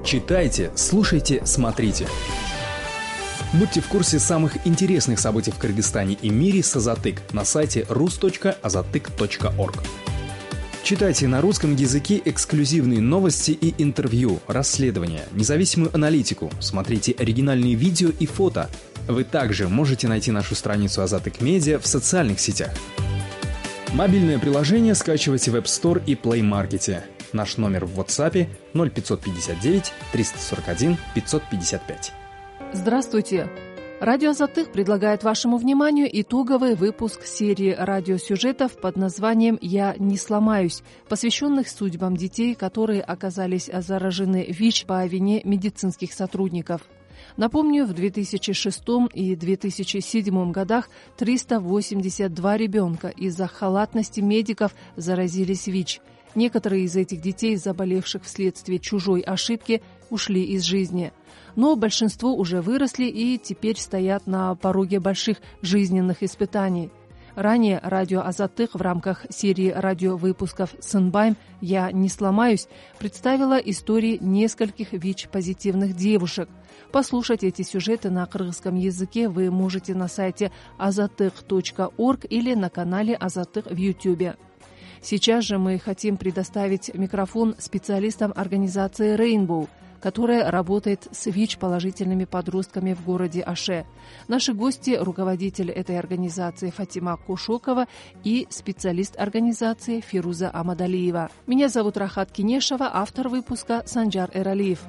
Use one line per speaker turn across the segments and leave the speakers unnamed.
Читайте, слушайте, смотрите. Будьте в курсе самых интересных событий в Кыргызстане и мире с Азатык на сайте rus.azatyk.org. Читайте на русском языке эксклюзивные новости и интервью, расследования, независимую аналитику, смотрите оригинальные видео и фото. Вы также можете найти нашу страницу Азатык Медиа в социальных сетях. Мобильное приложение скачивайте в App Store и Play Market. Наш номер в WhatsApp 0559 341 555.
Здравствуйте! Радио Азатык предлагает вашему вниманию итоговый выпуск серии радиосюжетов под названием «Я не сломаюсь», посвященных судьбам детей, которые оказались заражены ВИЧ по вине медицинских сотрудников. Напомню, в 2006 и 2007 годах 382 ребенка из-за халатности медиков заразились ВИЧ. Некоторые из этих детей, заболевших вследствие чужой ошибки, ушли из жизни. Но большинство уже выросли и теперь стоят на пороге больших жизненных испытаний. Ранее радио Азатык в рамках серии радиовыпусков «Сынбайм. Я не сломаюсь» представила истории нескольких ВИЧ-позитивных девушек. Послушать эти сюжеты на кыргызском языке вы можете на сайте azatyk.org или на канале Азатык в YouTube. Сейчас же мы хотим предоставить микрофон специалистам организации Rainbow, которая работает с ВИЧ-положительными подростками в городе Аше. Наши гости – руководитель этой организации Фатима Кушокова и специалист организации Фируза Амадалиева. Меня зовут Рахат Кинешева, автор выпуска Санжар Эралиев.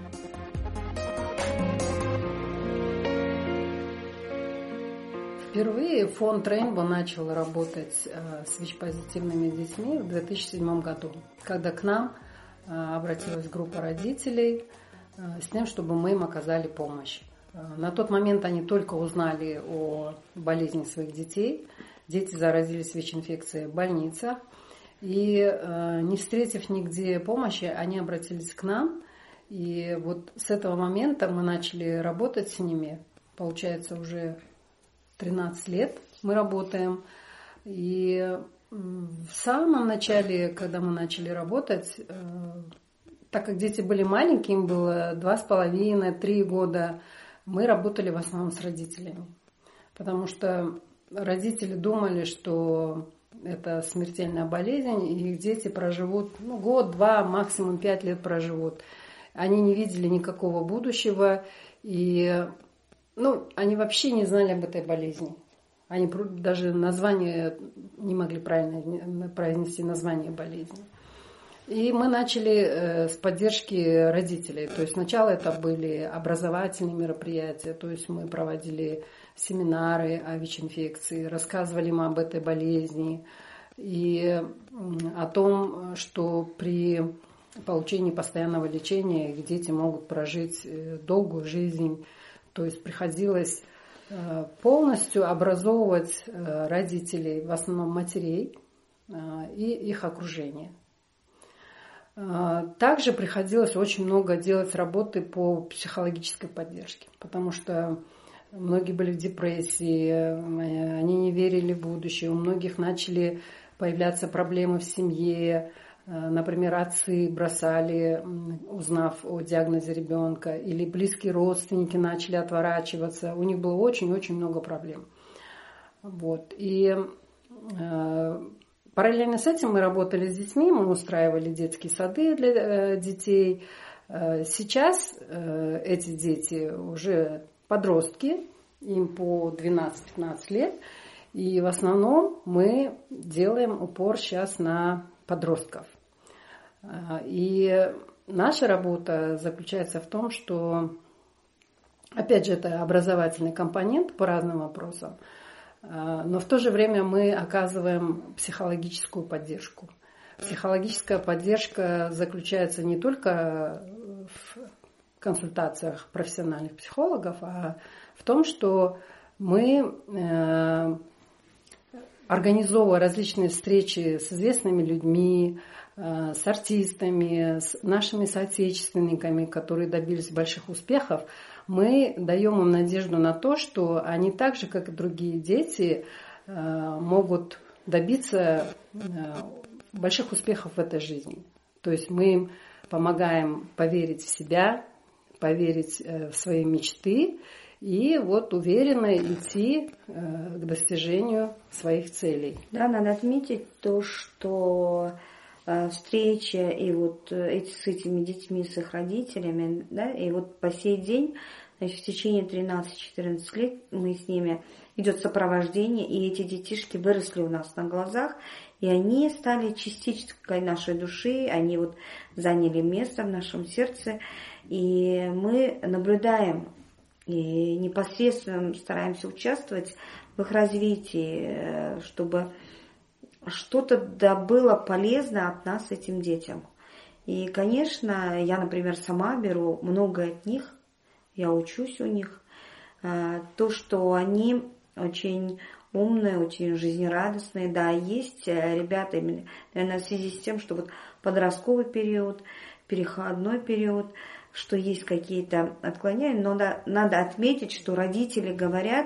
Впервые фонд Rainbow начал работать с ВИЧ-позитивными детьми в 2007 году, когда к нам обратилась группа родителей с тем, чтобы мы им оказали помощь. На тот момент они только узнали о болезни своих детей. Дети заразились ВИЧ-инфекцией в больницах. И не встретив нигде помощи, они обратились к нам. И вот с этого момента мы начали работать с ними. Получается, уже 13 лет мы работаем. И в самом начале, когда мы начали работать, так как дети были маленькие, им было 2,5-3 года, мы работали в основном с родителями. Потому что родители думали, что это смертельная болезнь, и их дети проживут год, 2, максимум 5 лет проживут. Они не видели никакого будущего, и они вообще не знали об этой болезни. Они даже название не могли правильно произнести, название болезни. И мы начали с поддержки родителей. То есть сначала это были образовательные мероприятия, то есть мы проводили семинары о ВИЧ-инфекции, рассказывали им об этой болезни и о том, что при получении постоянного лечения их дети могут прожить долгую жизнь. То есть приходилось полностью образовывать родителей, в основном матерей и их окружение. Также приходилось очень много делать работы по психологической поддержке, потому что многие были в депрессии, они не верили в будущее, у многих начали появляться проблемы в семье. Например, отцы бросали, узнав о диагнозе ребенка, или близкие родственники начали отворачиваться. У них было очень-очень много проблем. И параллельно с этим мы работали с детьми, мы устраивали детские сады для детей. Сейчас эти дети уже подростки, им по 12-15 лет. И в основном мы делаем упор сейчас на подростков. И наша работа заключается в том, что, опять же, это образовательный компонент по разным вопросам, но в то же время мы оказываем психологическую поддержку. Психологическая поддержка заключается не только в консультациях профессиональных психологов, а в том, что мы, организовывая различные встречи с известными людьми, с артистами, с нашими соотечественниками, которые добились больших успехов, мы даем им надежду на то, что они так же, как и другие дети, могут добиться больших успехов в этой жизни. То есть мы им помогаем поверить в себя, поверить в свои мечты и вот уверенно идти к достижению своих целей.
Да, надо отметить то, что встреча и вот с этими детьми, с их родителями, да, и вот по сей день, значит, в течение 13-14 лет мы с ними идет сопровождение, и эти детишки выросли у нас на глазах, и они стали частичкой нашей души, они вот заняли место в нашем сердце, и мы наблюдаем и непосредственно стараемся участвовать в их развитии, чтобы что-то да было полезно от нас этим детям. И, конечно, я, например, сама беру многое от них, я учусь у них. То, что они очень умные, очень жизнерадостные. Да, есть ребята, именно, наверное, в связи с тем, что вот подростковый период, переходной период, что есть какие-то отклонения, но надо отметить, что родители говорят,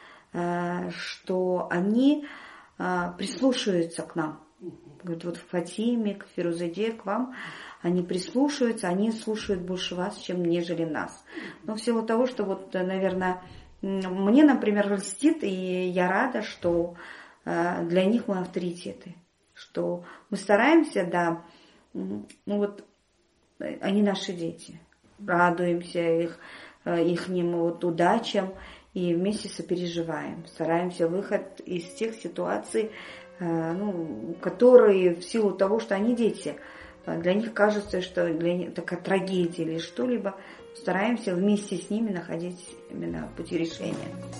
что они прислушиваются к нам. Говорят, вот к Фатиме, к Фирузаде, к вам, они прислушиваются, они слушают больше вас, чем нежели нас. Но в силу того, что вот, наверное, мне, например, льстит, и я рада, что для них мы авторитеты, что мы стараемся, да, ну вот, они наши дети, радуемся ихним вот удачам и вместе сопереживаем, стараемся выход из тех ситуаций, которые в силу того, что они дети, для них кажется, что для них такая трагедия или что-либо, стараемся вместе с ними находить именно пути решения.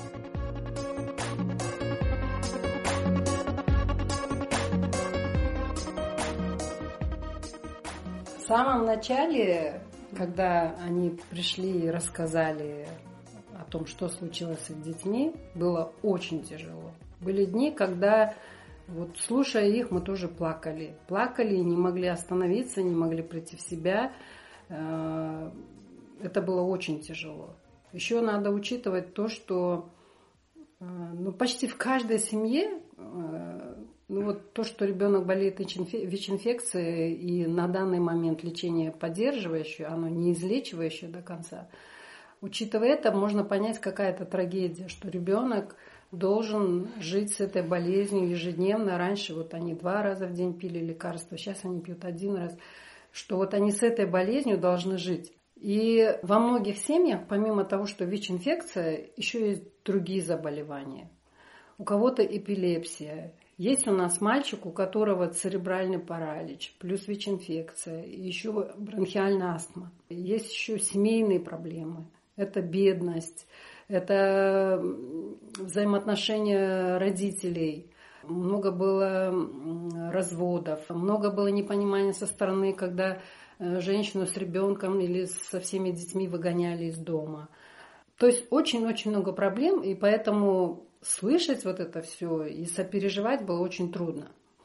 В самом начале, когда они пришли и рассказали о том, что случилось с их детьми, было очень тяжело. Были дни, когда, вот слушая их, мы тоже плакали. Плакали и не могли остановиться, не могли прийти в себя. Это было очень тяжело. Еще надо учитывать то, что почти в каждой семье, то, что ребенок болеет ВИЧ-инфекцией и на данный момент лечение поддерживающее, оно не излечивающее до конца. Учитывая это, можно понять, какая-то трагедия, что ребенок должен жить с этой болезнью ежедневно. Раньше вот они 2 раза в день пили лекарства, сейчас они пьют 1 раз. Что вот они с этой болезнью должны жить. И во многих семьях, помимо того, что ВИЧ-инфекция, еще есть другие заболевания. У кого-то эпилепсия. Есть у нас мальчик, у которого церебральный паралич, плюс ВИЧ-инфекция, еще бронхиальная астма. Есть еще семейные проблемы. Это бедность, это взаимоотношения родителей. Много было разводов, много было непонимания со стороны, когда женщину с ребенком или со всеми детьми выгоняли из дома. То есть очень-очень много проблем, и поэтому слышать вот это все и сопереживать было очень трудно.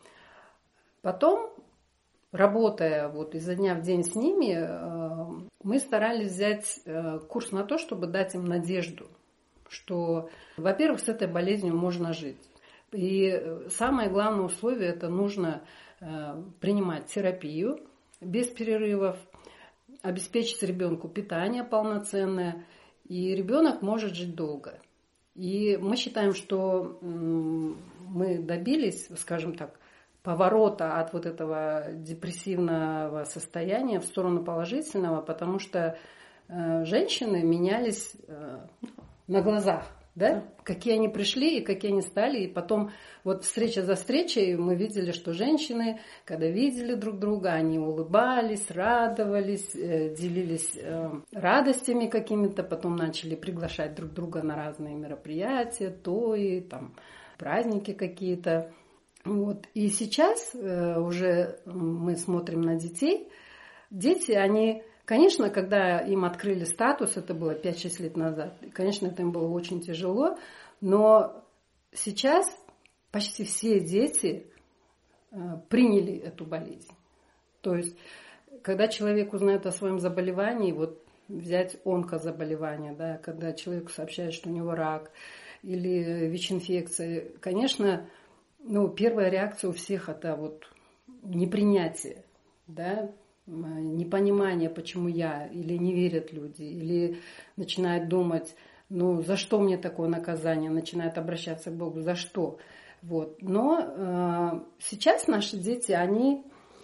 Потом, работая вот изо дня в день с ними, мы старались взять курс на то, чтобы дать им надежду, что, во-первых, с этой болезнью можно жить. И самое главное условие – это нужно принимать терапию без перерывов, обеспечить ребенку питание полноценное, и ребенок может жить долго. И мы считаем, что мы добились, скажем так, поворота от вот этого депрессивного состояния в сторону положительного, потому что женщины менялись на глазах. Да? Какие они пришли и какие они стали. И потом вот встреча за встречей мы видели, что женщины, когда видели друг друга, они улыбались, радовались, делились радостями какими-то, потом начали приглашать друг друга на разные мероприятия, тои, там, праздники какие-то. Вот. И сейчас уже мы смотрим на детей. Дети, они... Конечно, когда им открыли статус, это было 5-6 лет назад, и, конечно, это им было очень тяжело, но сейчас почти все дети приняли эту болезнь. То есть, когда человек узнает о своем заболевании, вот взять онкозаболевание, да, когда человеку сообщают, что у него рак или ВИЧ-инфекция, конечно, первая реакция у всех это вот непринятие, да. непонимание, почему я, или не верят люди, или начинают думать, ну, за что мне такое наказание, начинают обращаться к Богу, за что. Вот. Но сейчас наши дети, они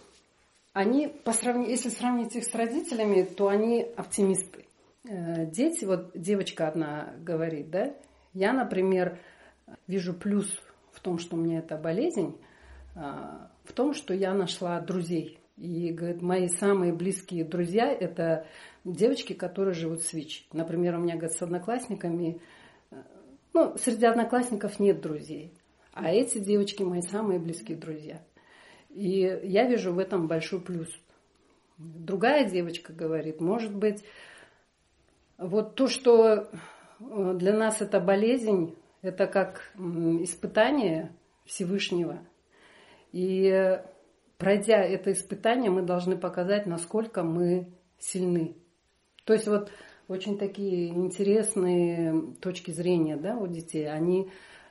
если сравнить их с родителями, то они оптимисты. Дети, вот девочка одна говорит, да, я, например, вижу плюс в том, что у меня эта болезнь, в том, что я нашла друзей. И, говорит, мои самые близкие друзья – это девочки, которые живут в СВИЧ. Например, у меня, говорит, с одноклассниками, ну, среди одноклассников нет друзей. А эти девочки мои самые близкие друзья. И я вижу в этом большой плюс. Другая девочка говорит, может быть, вот то, что для нас это болезнь, это как испытание Всевышнего. И пройдя это испытание, мы должны показать, насколько мы сильны. То есть вот очень такие интересные точки зрения, да, у детей. Они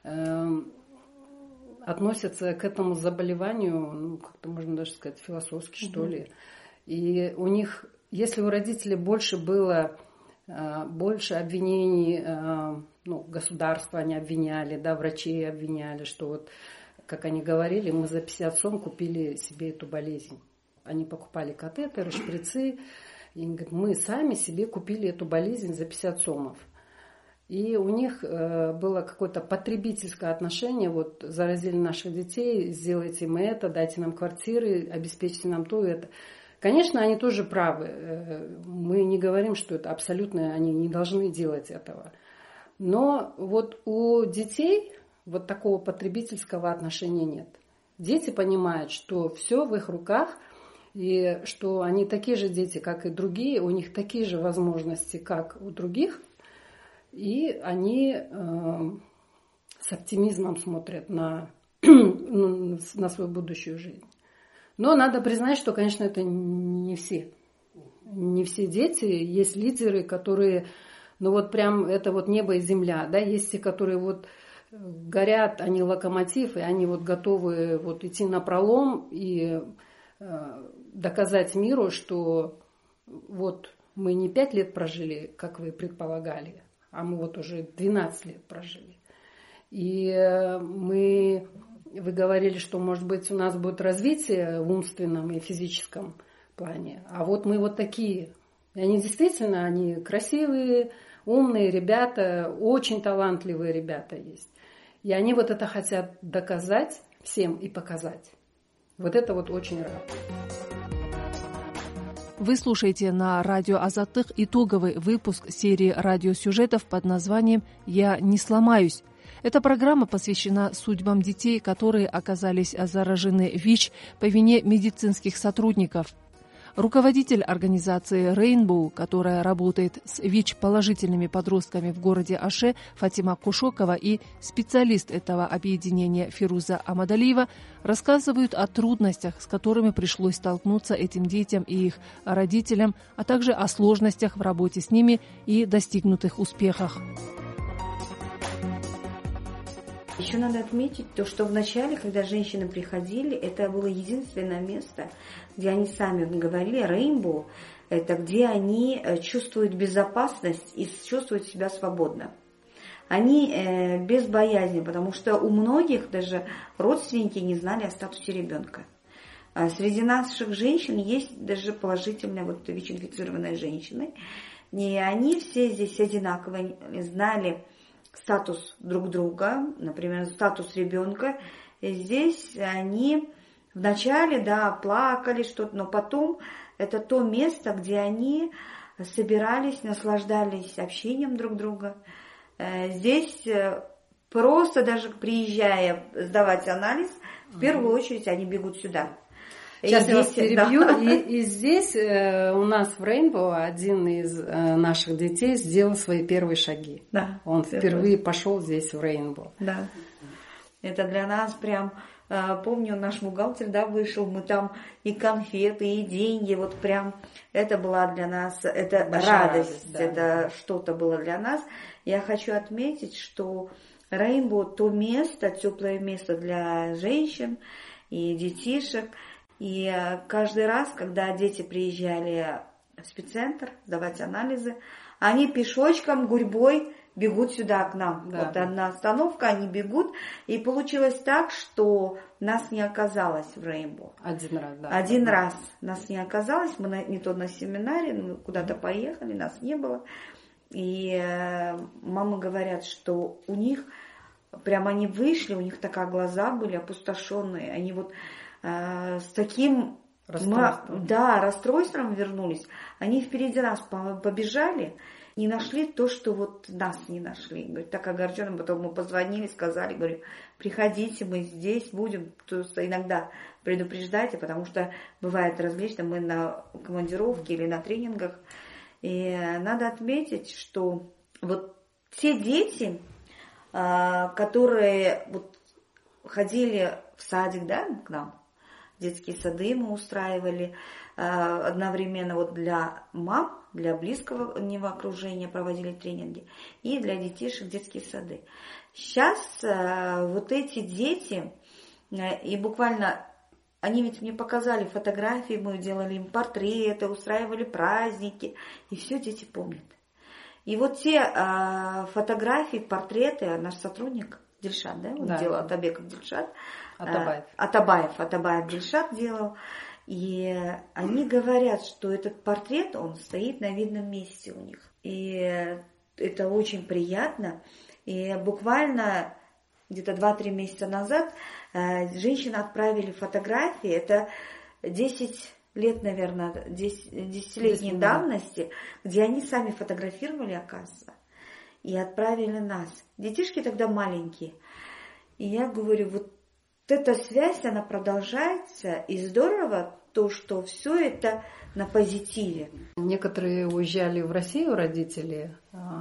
относятся к этому заболеванию, ну, как-то можно даже сказать, философски, что ли. И у них, если у родителей больше было больше обвинений, ну, государство они обвиняли, да, врачей обвиняли, что вот, как они говорили, мы за 50 сом купили себе эту болезнь. Они покупали катетеры, шприцы, и они говорят, мы сами себе купили эту болезнь за 50 сомов. И у них было какое-то потребительское отношение, вот заразили наших детей, сделайте им это, дайте нам квартиры, обеспечьте нам то и это. Конечно, они тоже правы. Мы не говорим, что это абсолютно, они не должны делать этого. Но вот у детей вот такого потребительского отношения нет. Дети понимают, что все в их руках, и что они такие же дети, как и другие, у них такие же возможности, как у других. И они с оптимизмом смотрят на свою будущую жизнь. Но надо признать, что, конечно, это не все. Не все дети. Есть лидеры, которые, ну вот прям это вот небо и земля. Да? Есть те, которые вот горят, они локомотив, и они вот готовы вот идти напролом и доказать миру, что вот мы не 5 лет прожили, как вы предполагали, а мы вот уже 12 лет прожили. И вы говорили, что, может быть, у нас будет развитие в умственном и физическом плане. А вот мы вот такие. И они действительно, они красивые, умные ребята, очень талантливые ребята есть. И они вот это хотят доказать всем и показать. Вот это вот очень радует.
Вы слушаете на радио Азаттык итоговый выпуск серии радиосюжетов под названием «Я не сломаюсь». Эта программа посвящена судьбам детей, которые оказались заражены ВИЧ по вине медицинских сотрудников. Руководитель организации Rainbow, которая работает с ВИЧ-положительными подростками в городе Аше, Фатима Кушокова, и специалист этого объединения Фируза Амадалиева рассказывают о трудностях, с которыми пришлось столкнуться этим детям и их родителям, а также о сложностях в работе с ними и достигнутых успехах.
Еще надо отметить то, что в начале, когда женщины приходили, это было единственное место, где они сами говорили, Rainbow, это где они чувствуют безопасность и чувствуют себя свободно. Они без боязни, потому что у многих даже родственники не знали о статусе ребенка. Среди наших женщин есть даже положительные вот ВИЧ-инфицированные женщины, и они все здесь одинаково знали статус друг друга, например, статус ребенка. И здесь они вначале, да, плакали что-то, но потом это то место, где они собирались, наслаждались общением друг друга. Здесь просто даже приезжая сдавать анализ, в первую очередь они бегут сюда.
Сейчас я вас перебью. Да. И здесь у нас в Rainbow один из наших детей сделал свои первые шаги. Да, он впервые пошел здесь в Rainbow.
Да. Это для нас прям, помню, наш бухгалтер, да, вышел, мы там и конфеты, и деньги, вот прям, это была для нас, это радость, да. Это что-то было для нас. Я хочу отметить, что Rainbow то место, теплое место для женщин и детишек. И каждый раз, когда дети приезжали в спеццентр сдавать анализы, они пешочком, гурьбой бегут сюда к нам. Да. Вот одна остановка, они бегут. И получилось так, что нас не оказалось в Рейнбоу.
Один раз, да.
Один раз нас не оказалось. Мы не то на семинаре, мы куда-то поехали, нас не было. И мамы говорят, что у них, прям они вышли, у них такие глаза были опустошенные. Они вот с таким расстройством вернулись. Они впереди нас побежали и нашли то, что вот нас не нашли. Говорит, так огорченным, потом мы позвонили, сказали, говорю, приходите, мы здесь будем. То есть иногда предупреждайте, потому что бывает различно, мы на командировке или на тренингах. И надо отметить, что вот те дети, которые вот ходили в садик, да, к нам, детские сады мы устраивали одновременно вот для мам, для близкого окружения проводили тренинги и для детишек детские сады. Сейчас вот эти дети, и буквально они ведь мне показали фотографии, мы делали им портреты, устраивали праздники, и все дети помнят. И вот те фотографии, портреты, наш сотрудник Дильшат, да, он делал, Атабеков Дильшат, Атабаев Дильшат делал. И они говорят, что этот портрет, он стоит на видном месте у них. И это очень приятно. И буквально где-то 2-3 месяца назад женщины отправили фотографии. Это 10 лет, наверное, 10-летней давности, где они сами фотографировали, оказывается, и отправили нас. Детишки тогда маленькие. И я говорю, вот эта связь, она продолжается, и здорово то, что все это на позитиве.
Некоторые уезжали в Россию, родители,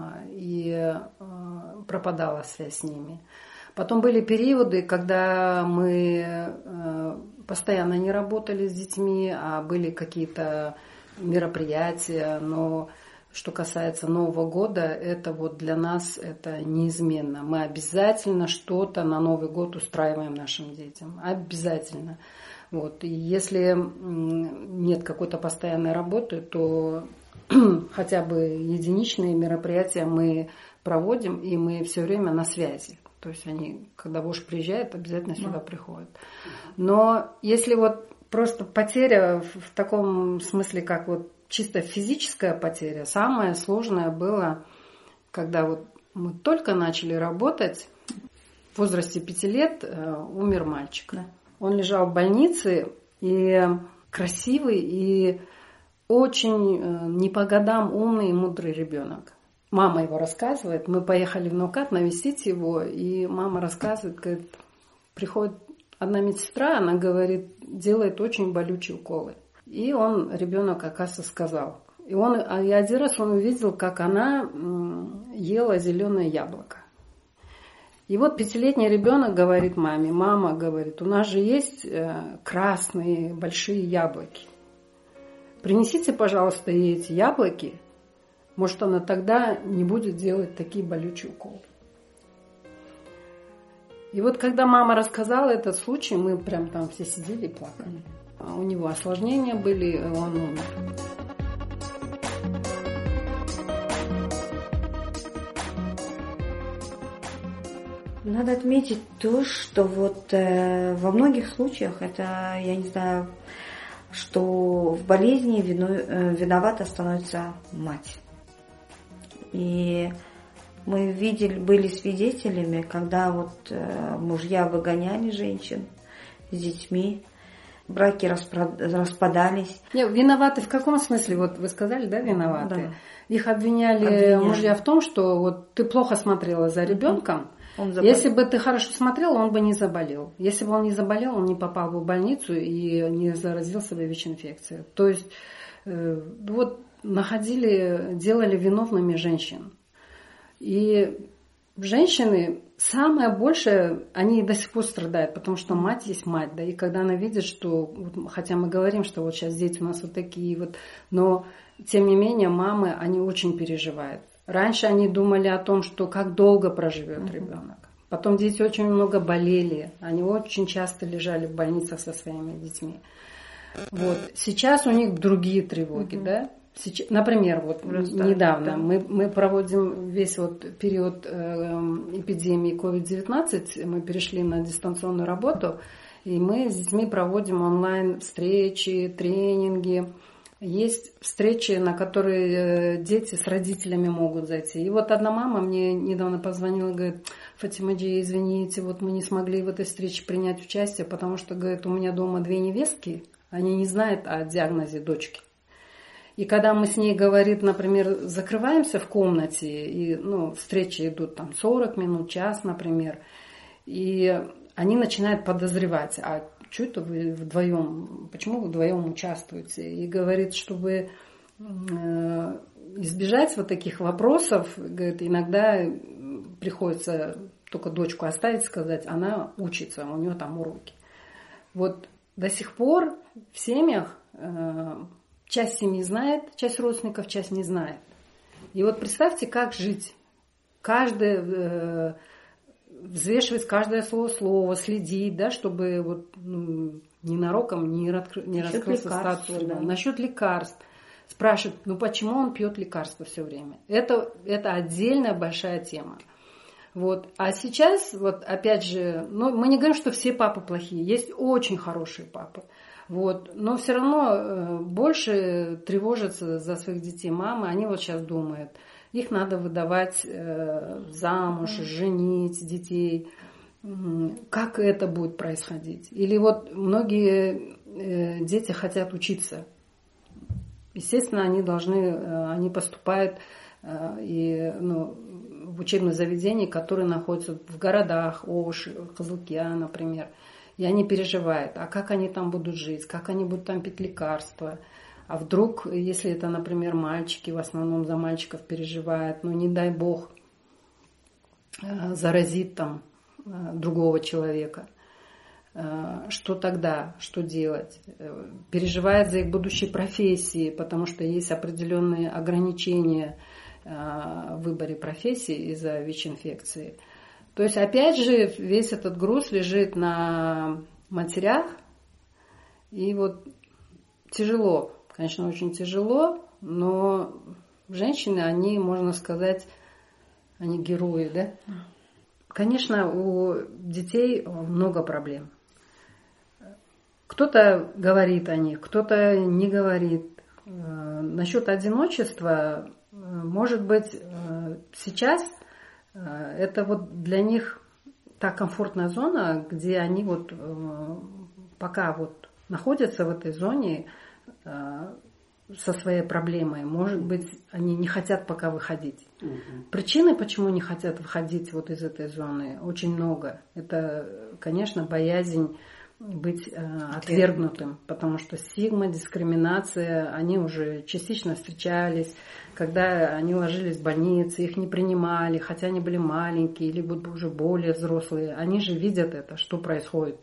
и пропадала связь с ними. Потом были периоды, когда мы постоянно не работали с детьми, а были какие-то мероприятия, но что касается Нового года, это вот для нас это неизменно. Мы обязательно что-то на Новый год устраиваем нашим детям. Обязательно. Вот. И если нет какой-то постоянной работы, то хотя бы единичные мероприятия мы проводим, и мы все время на связи. То есть они, когда вождь приезжает, обязательно сюда приходят. Но если вот просто потеря в таком смысле, как вот чисто физическая потеря, самое сложное было, когда вот мы только начали работать, в возрасте 5 лет умер мальчик. Да. Он лежал в больнице, и красивый, и очень не по годам умный и мудрый ребенок. Мама его рассказывает, мы поехали в Наукат навестить его, и мама рассказывает, говорит, приходит одна медсестра, она говорит, делает очень болючие уколы. И он, ребенок, оказывается, сказал. И один раз он увидел, как она ела зеленое яблоко. И вот 5-летний ребенок говорит маме, мама говорит, у нас же есть красные большие яблоки. Принесите, пожалуйста, ей эти яблоки. Может, она тогда не будет делать такие болючие уколы. И вот когда мама рассказала этот случай, мы прям там все сидели и плакали. У него осложнения были, он умер.
Надо отметить то, что вот во многих случаях это, я не знаю, что в болезни виновата становится мать. И мы были свидетелями, когда вот мужья выгоняли женщин с детьми, браки распадались.
Нет, виноваты в каком смысле? Вот вы сказали, да, виноваты? Да. Их обвиняли мужья в том, что вот ты плохо смотрела за ребенком. Если бы ты хорошо смотрела, он бы не заболел. Если бы он не заболел, он не попал бы в больницу и не заразил себя ВИЧ-инфекцией. То есть вот делали виновными женщин. И женщины, самое большее, они до сих пор страдают, потому что мать есть мать. Да, и когда она видит, что, хотя мы говорим, что вот сейчас дети у нас вот такие вот, но тем не менее мамы, они очень переживают. Раньше они думали о том, что как долго проживет ребенок. Потом дети очень много болели, они очень часто лежали в больницах со своими детьми. Вот. Сейчас у них другие тревоги, да? Сейчас, например, вот недавно мы проводим весь вот период эпидемии COVID-19, мы перешли на дистанционную работу, и мы с детьми проводим онлайн встречи, тренинги. Есть встречи, на которые дети с родителями могут зайти. И вот одна мама мне недавно позвонила, говорит: Фатимаджи, извините, вот мы не смогли в этой встрече принять участие, потому что, говорит, у меня дома 2 невестки, они не знают о диагнозе дочки. И когда мы с ней, говорит, например, закрываемся в комнате, и встречи идут там 40 минут, час, например, и они начинают подозревать, а что это вы вдвоем, почему вы вдвоем участвуете? И говорит, чтобы избежать вот таких вопросов, говорит, иногда приходится только дочку оставить, сказать, она учится, у нее там уроки. Вот до сих пор в семьях часть семьи знает, часть родственников, часть не знает. И вот представьте, как жить. Каждый взвешивать каждое слово, следить, да, чтобы вот, ненароком не раскрылся статус. Да. Насчет лекарств. Спрашивают, почему он пьет лекарства все время. Это отдельная большая тема. Вот. А сейчас, вот опять же, мы не говорим, что все папы плохие. Есть очень хорошие папы. Вот. Но все равно больше тревожатся за своих детей мамы. Они вот сейчас думают, их надо выдавать замуж, женить детей. Как это будет происходить? Или вот многие дети хотят учиться. Естественно, они поступают в учебные заведения, которые находятся в городах, Ош, Кызылкия, например. И они переживают, а как они там будут жить, как они будут там пить лекарства. А вдруг, если это, например, мальчики, в основном за мальчиков переживают, не дай бог, заразит там другого человека. Что тогда? Что делать? Переживает за их будущие профессии, потому что есть определенные ограничения в выборе профессии из-за ВИЧ-инфекции. То есть, опять же, весь этот груз лежит на матерях. И вот тяжело, конечно, очень тяжело, но женщины, они, можно сказать, они герои, да? Конечно, у детей много проблем. Кто-то говорит о них, кто-то не говорит. Насчет одиночества, может быть, сейчас это вот для них та комфортная зона, где они вот пока вот находятся в этой зоне со своей проблемой. Может быть, они не хотят пока выходить. Причины, почему не хотят выходить вот из этой зоны, очень много. Это, конечно, боязнь быть отвергнутым, потому что стигма, дискриминация, они уже частично встречались, когда они ложились в больнице, их не принимали, хотя они были маленькие или уже более взрослые. Они же видят это, что происходит,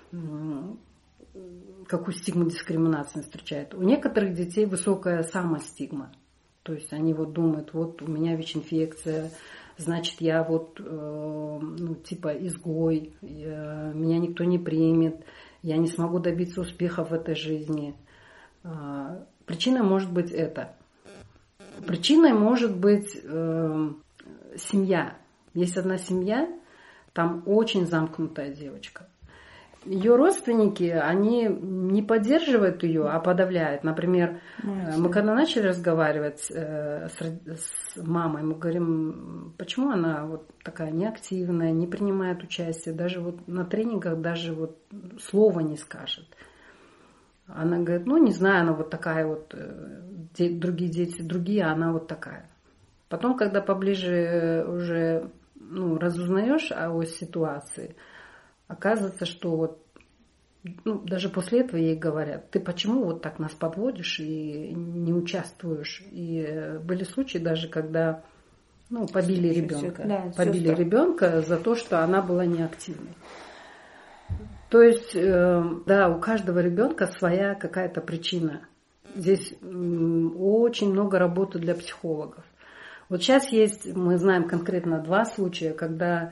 какую стигму, дискриминацию встречают. У некоторых детей высокая самостигма. То есть они вот думают, вот у меня ВИЧ-инфекция, значит, я вот типа изгой, меня никто не примет, я не смогу добиться успеха в этой жизни. Причиной может быть это. Причиной может быть семья. Есть одна семья, там очень замкнутая девочка. Ее родственники, они не поддерживают ее, а подавляют. Например, мы когда начали разговаривать с мамой, мы говорим, почему она вот такая неактивная, не принимает участие, даже вот на тренингах даже вот слова не скажет. Она говорит, не знаю, она вот такая вот, другие дети другие, а она вот такая. Потом, когда поближе уже разузнаешь о ситуации, оказывается, что вот даже после этого ей говорят, ты почему вот так нас подводишь и не участвуешь? И были случаи даже, когда побили ребенка. Да, побили ребенка за то, что она была неактивной. То есть, да, у каждого ребенка своя какая-то причина. Здесь очень много работы для психологов. Вот сейчас есть, мы знаем конкретно 2 случая, когда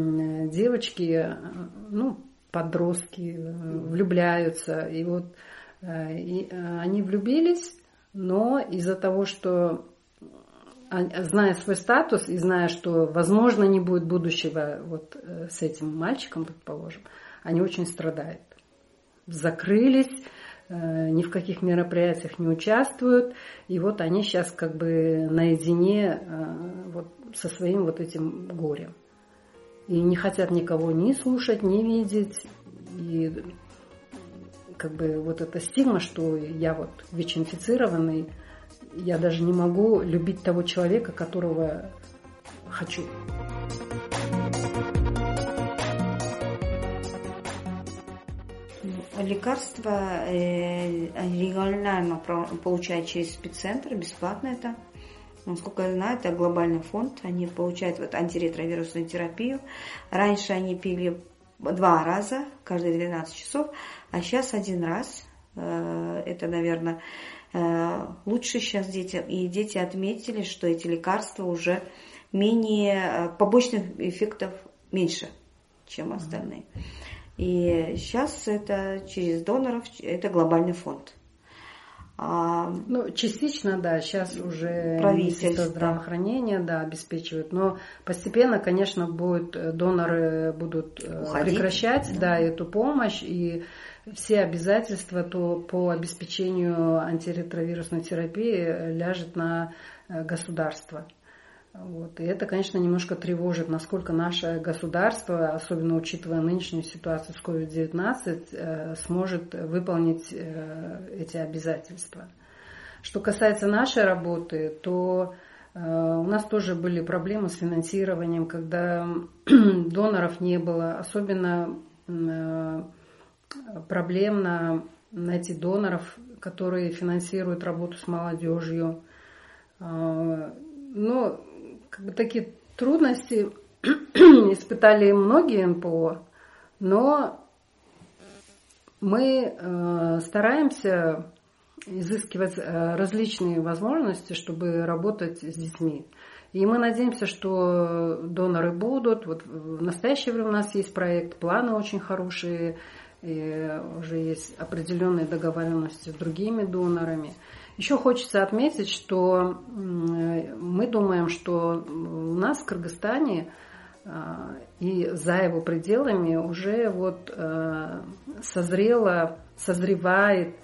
девочки, подростки влюбляются, и вот И они влюбились, но из-за того, что, зная свой статус и зная, что, возможно, не будет будущего вот с этим мальчиком, предположим, они очень страдают. Закрылись, ни в каких мероприятиях не участвуют. И вот они сейчас как бы наедине вот со своим вот этим горем. И не хотят никого ни слушать, ни видеть. И как бы вот эта стигма, что я вот ВИЧ-инфицированный, я даже не могу любить того человека, которого хочу.
Лекарства регулярно получают через спеццентр, бесплатно это. Насколько я знаю, это глобальный фонд. Они получают вот антиретровирусную терапию. Раньше они пили 2 раза, каждые 12 часов, а сейчас 1 раз. Это, наверное, лучше сейчас детям. И дети отметили, что эти лекарства уже менее, побочных эффектов меньше, чем остальные. И сейчас это через доноров, это глобальный фонд.
Ну, частично, да, сейчас уже Министерство здравоохранения, да, обеспечивает, но постепенно, конечно, доноры будут прекращать, да, эту помощь, и все обязательства по обеспечению антиретровирусной терапии ляжет на государство. Вот. И это, конечно, немножко тревожит, насколько наше государство, особенно учитывая нынешнюю ситуацию с COVID-19, сможет выполнить эти обязательства. Что касается нашей работы, то у нас тоже были проблемы с финансированием, когда доноров не было. Особенно проблемно найти доноров, которые финансируют работу с молодежью. Но как бы такие трудности испытали многие НПО, но мы стараемся изыскивать различные возможности, чтобы работать с детьми. И мы надеемся, что доноры будут. Вот в настоящее время у нас есть проект, планы очень хорошие, и уже есть определенные договоренности с другими донорами. Еще хочется отметить, что мы думаем, что у нас в Кыргызстане и за его пределами уже вот созревает,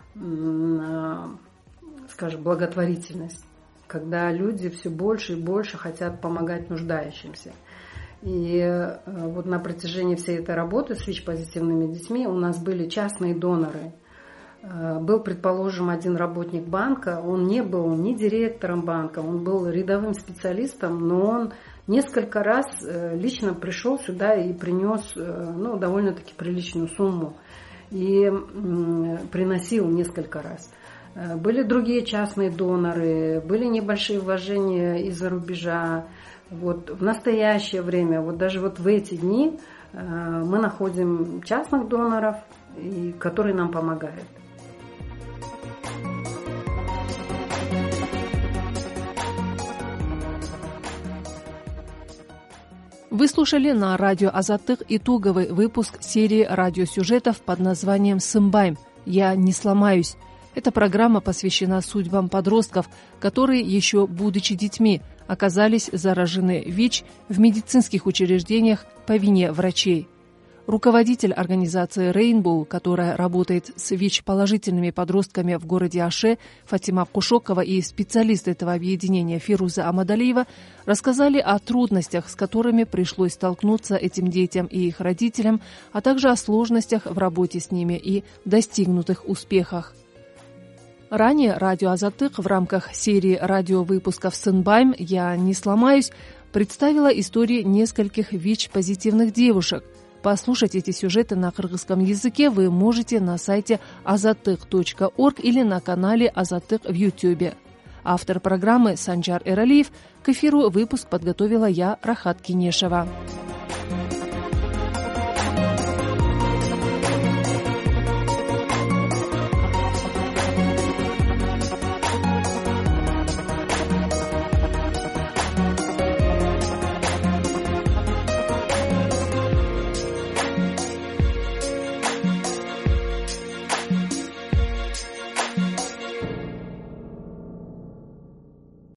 скажем, благотворительность, когда люди все больше и больше хотят помогать нуждающимся. И вот на протяжении всей этой работы с ВИЧ-позитивными детьми у нас были частные доноры. Был, предположим, один работник банка, он не был ни директором банка, он был рядовым специалистом, но он несколько раз лично пришел сюда и принес довольно-таки приличную сумму. И приносил несколько раз. Были другие частные доноры, были небольшие вложения из-за рубежа. Вот в настоящее время, вот даже вот в эти дни мы находим частных доноров, которые нам помогают.
Вы слушали на радио Азаттык итоговый выпуск серии радиосюжетов под названием «Сымбайм. Я не сломаюсь». Эта программа посвящена судьбам подростков, которые, еще будучи детьми, оказались заражены ВИЧ в медицинских учреждениях по вине врачей. Руководитель организации Rainbow, которая работает с ВИЧ-положительными подростками в городе Аше, Фатима Кушокова и специалист этого объединения Фируза Амадалиева рассказали о трудностях, с которыми пришлось столкнуться этим детям и их родителям, а также о сложностях в работе с ними и достигнутых успехах. Ранее радио Азаттык в рамках серии радиовыпусков «Сымбайм. Я не сломаюсь» представила истории нескольких ВИЧ-позитивных девушек. Послушать эти сюжеты на кыргызском языке вы можете на сайте azatyk.org или на канале Азаттык в YouTube. Автор программы Санжар Эралиев. К эфиру выпуск подготовила я, Рахат Кинешева.